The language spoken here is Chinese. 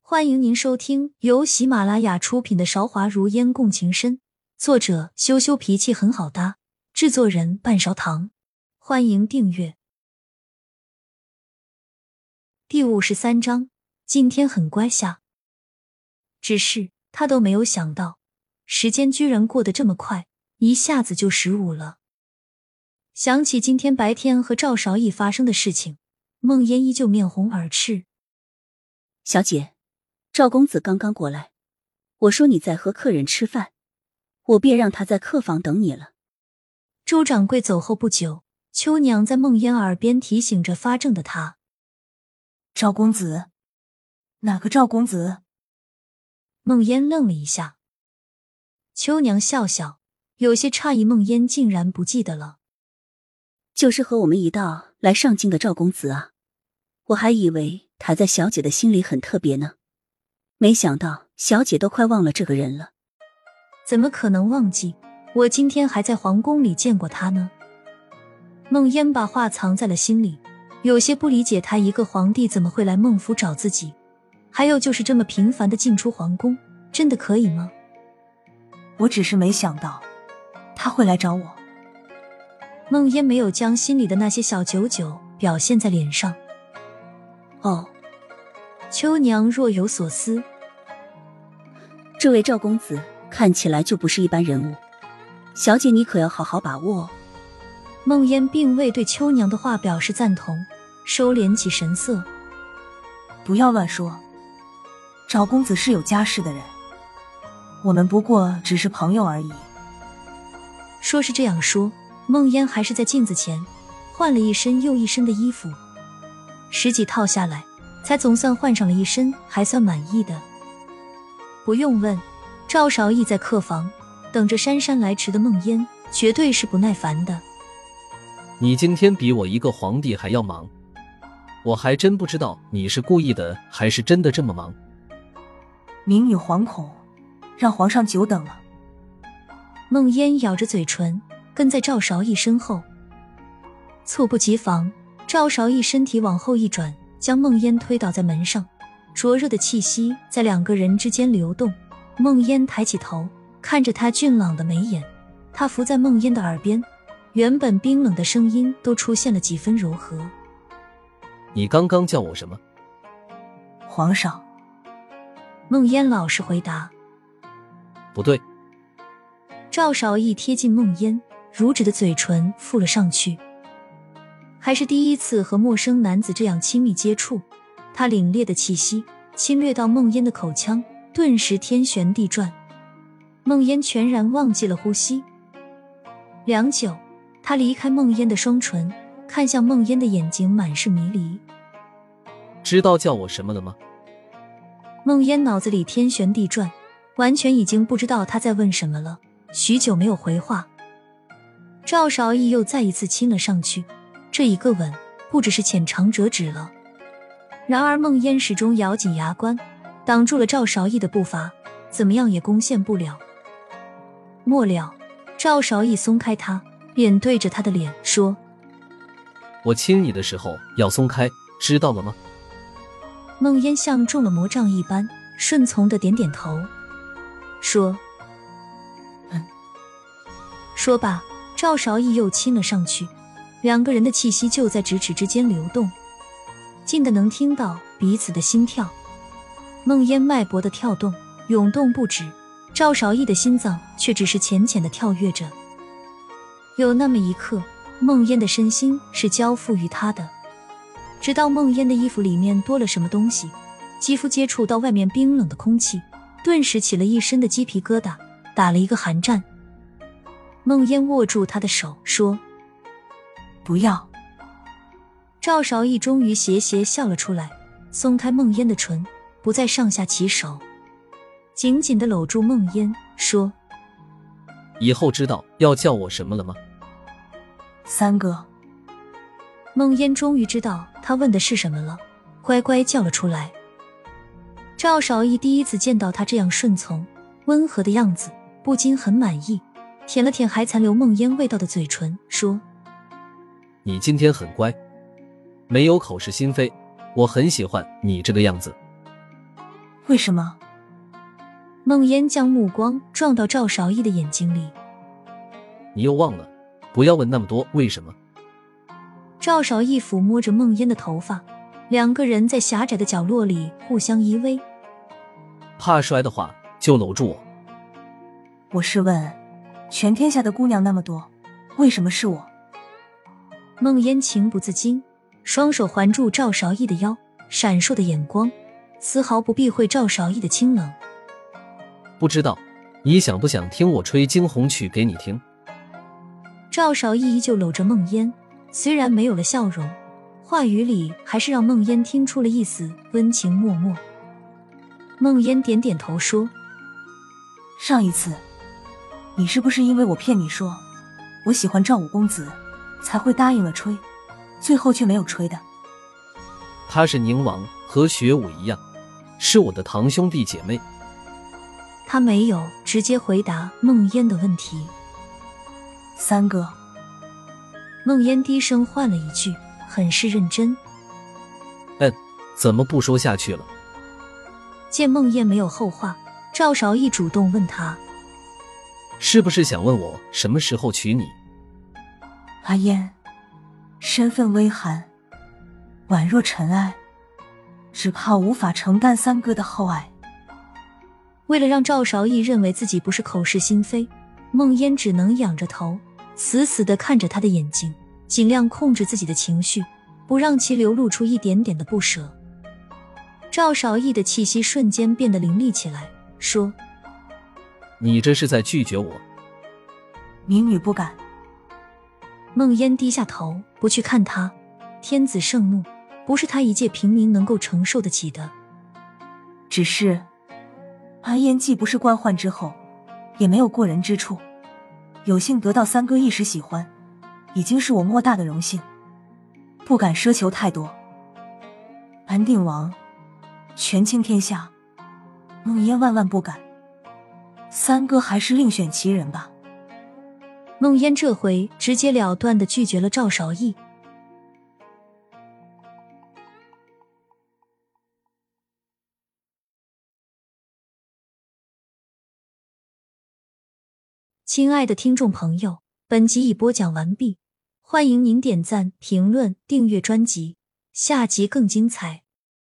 欢迎您收听由喜马拉雅出品的《韶华如烟共情深》，作者羞羞脾气很好搭，制作人半勺糖。欢迎订阅。第53章，今天很乖下。只是他都没有想到，时间居然过得这么快，一下子就15了。想起今天白天和赵韶义发生的事情，梦嫣依旧面红耳赤。 小姐，赵公子刚刚过来，我说你在和客人吃饭，我便让他在客房等你了。 周掌柜走后不久，秋娘在梦嫣耳边提醒着发怔的她。 赵公子？哪个赵公子？ 梦嫣愣了一下。秋娘笑笑，有些诧异梦嫣竟然不记得了。 就是和我们一道来上京的赵公子啊，我还以为他在小姐的心里很特别呢，没想到小姐都快忘了这个人了。 怎么可能忘记？我今天还在皇宫里见过他呢。梦嫣把话藏在了心里，有些不理解他一个皇帝怎么会来孟府找自己，还有就是这么频繁地进出皇宫，真的可以吗？ 我只是没想到他会来找我。 梦嫣没有将心里的那些小九九表现在脸上。 哦， 秋娘若有所思。 这位赵公子看起来就不是一般人物，小姐你可要好好把握哦。 梦嫣并未对秋娘的话表示赞同，收敛起神色。 不要乱说，赵公子是有家室的人，我们不过只是朋友而已。 说是这样说，梦嫣还是在镜子前换了一身又一身的衣服，10几套下来，才总算换上了一身还算满意的。不用问，赵韶义在客房等着姗姗来迟的梦嫣，绝对是不耐烦的。 你今天比我一个皇帝还要忙，我还真不知道你是故意的还是真的这么忙。 民女惶恐，让皇上久等了。 梦嫣咬着嘴唇，跟在赵韶义身后。猝不及防，赵韶义身体往后一转，将梦嫣推倒在门上，灼热的气息在两个人之间流动。梦嫣抬起头，看着他俊朗的眉眼，他伏在梦嫣的耳边，原本冰冷的声音都出现了几分柔和。 你刚刚叫我什么？ 皇上。 梦嫣老实回答。 不对。 赵韶义贴近梦嫣，如纸的嘴唇附了上去。还是第一次和陌生男子这样亲密接触，他凛冽的气息侵略到梦嫣的口腔，顿时天旋地转。梦嫣全然忘记了呼吸。良久，他离开梦嫣的双唇，看向梦嫣的眼睛，满是迷离。 知道叫我什么了吗？ 梦嫣脑子里天旋地转，完全已经不知道他在问什么了，许久没有回话。赵韶义又再一次亲了上去，这一个吻不只是浅尝辄止了。然而梦嫣始终咬紧牙关，挡住了赵韶义的步伐，怎么样也攻陷不了。末了，赵韶义松开他，脸对着他的脸说： 我亲你的时候要松开，知道了吗？ 梦嫣像中了魔杖一般，顺从地点点头，说：说罢，赵韶义又亲了上去，两个人的气息就在咫尺之间流动，近得能听到彼此的心跳。梦嫣脉搏的跳动涌动不止，赵韶义的心脏却只是浅浅地跳跃着。有那么一刻，梦嫣的身心是交付于他的，直到梦嫣的衣服里面多了什么东西，肌肤接触到外面冰冷的空气，顿时起了一身的鸡皮疙瘩，打了一个寒战。梦嫣握住他的手说： 不要。 赵韶义终于斜斜笑了出来，松开梦嫣的唇，不再上下其手，紧紧地搂住梦嫣说： 以后知道要叫我什么了吗？ 三哥。 梦嫣终于知道他问的是什么了，乖乖叫了出来。赵韶义第一次见到他这样顺从温和的样子，不禁很满意，舔了舔还残留梦嫣味道的嘴唇说： 你今天很乖，没有口是心非，我很喜欢你这个样子。 为什么？ 孟烟将目光撞到赵韶义的眼睛里。 你又忘了，不要问那么多为什么。 赵韶义抚摸着孟烟的头发，两个人在狭窄的角落里互相依偎。 怕摔的话就搂住我。 我是问，全天下的姑娘那么多，为什么是我？ 孟烟情不自禁，双手环住赵韶义的腰，闪烁的眼光丝毫不避讳赵韶义的清冷。 不知道你想不想听我吹惊鸿曲给你听？ 赵韶义依旧搂着孟烟，虽然没有了笑容，话语里还是让孟烟听出了一丝温情脉脉。孟烟点点头说， 上一次你是不是因为我骗你说我喜欢赵五公子才会答应了吹，最后却没有吹的？ 他是宁王，和学武一样，是我的堂兄弟姐妹。 他没有直接回答孟烟的问题。 三哥。 孟烟低声唤了一句，很是认真。 怎么不说下去了？ 见孟烟没有后话，赵韶义主动问他， 是不是想问我什么时候娶你？ 阿烟，身份微寒，宛若尘埃，只怕无法承担三哥的厚爱。 为了让赵韶义认为自己不是口是心非，孟烟只能仰着头，死死地看着他的眼睛，尽量控制自己的情绪，不让其流露出一点点的不舍。赵韶义的气息瞬间变得凌厉起来，说， 你这是在拒绝我？ 民女不敢。 孟烟低下头，不去看他。天子盛怒，不是他一介平民能够承受得起的。 只是阿烟既不是官宦之后，也没有过人之处，有幸得到三哥一时喜欢，已经是我莫大的荣幸，不敢奢求太多。安定王，权倾天下，孟烟万万不敢。三哥还是另选其人吧。 孟烟这回直截了当地拒绝了赵韶义。亲爱的听众朋友，本集已播讲完毕，欢迎您点赞、评论、订阅专辑，下集更精彩。